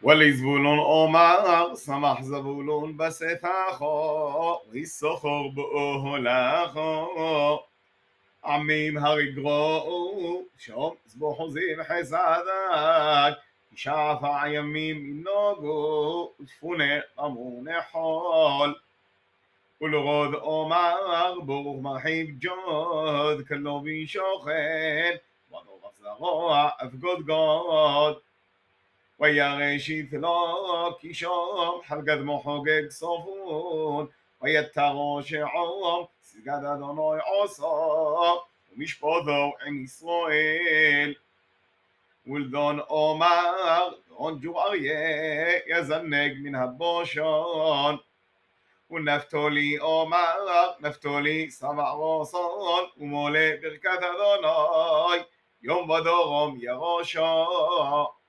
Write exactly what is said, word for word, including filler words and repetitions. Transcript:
ולזבולון אומר, שמח זבולון בסתחו, ויסוחר באוהלךו. עמים הרגרו, שום זבוחוזים חסדק, ישעפה ימים ינוגו, ותפונה אמונה חול. ולרוד אומר, ברוך מרחיב ג'וד, כלו וישוכן, ודורף זרוע אף גוד גוד. וירשית לו קישום, חלגת מוחוגג סופון, ויתרו שעום, סגד אדוני עושו, ומשפודו עם ישראל. ולדון אומר, דון ג'ור אריה, יזנג מן הבושון. ונפתולי אומר, נפתולי שבע רוסון, ומולה ברכת אדוני, יום ודורום ירושו.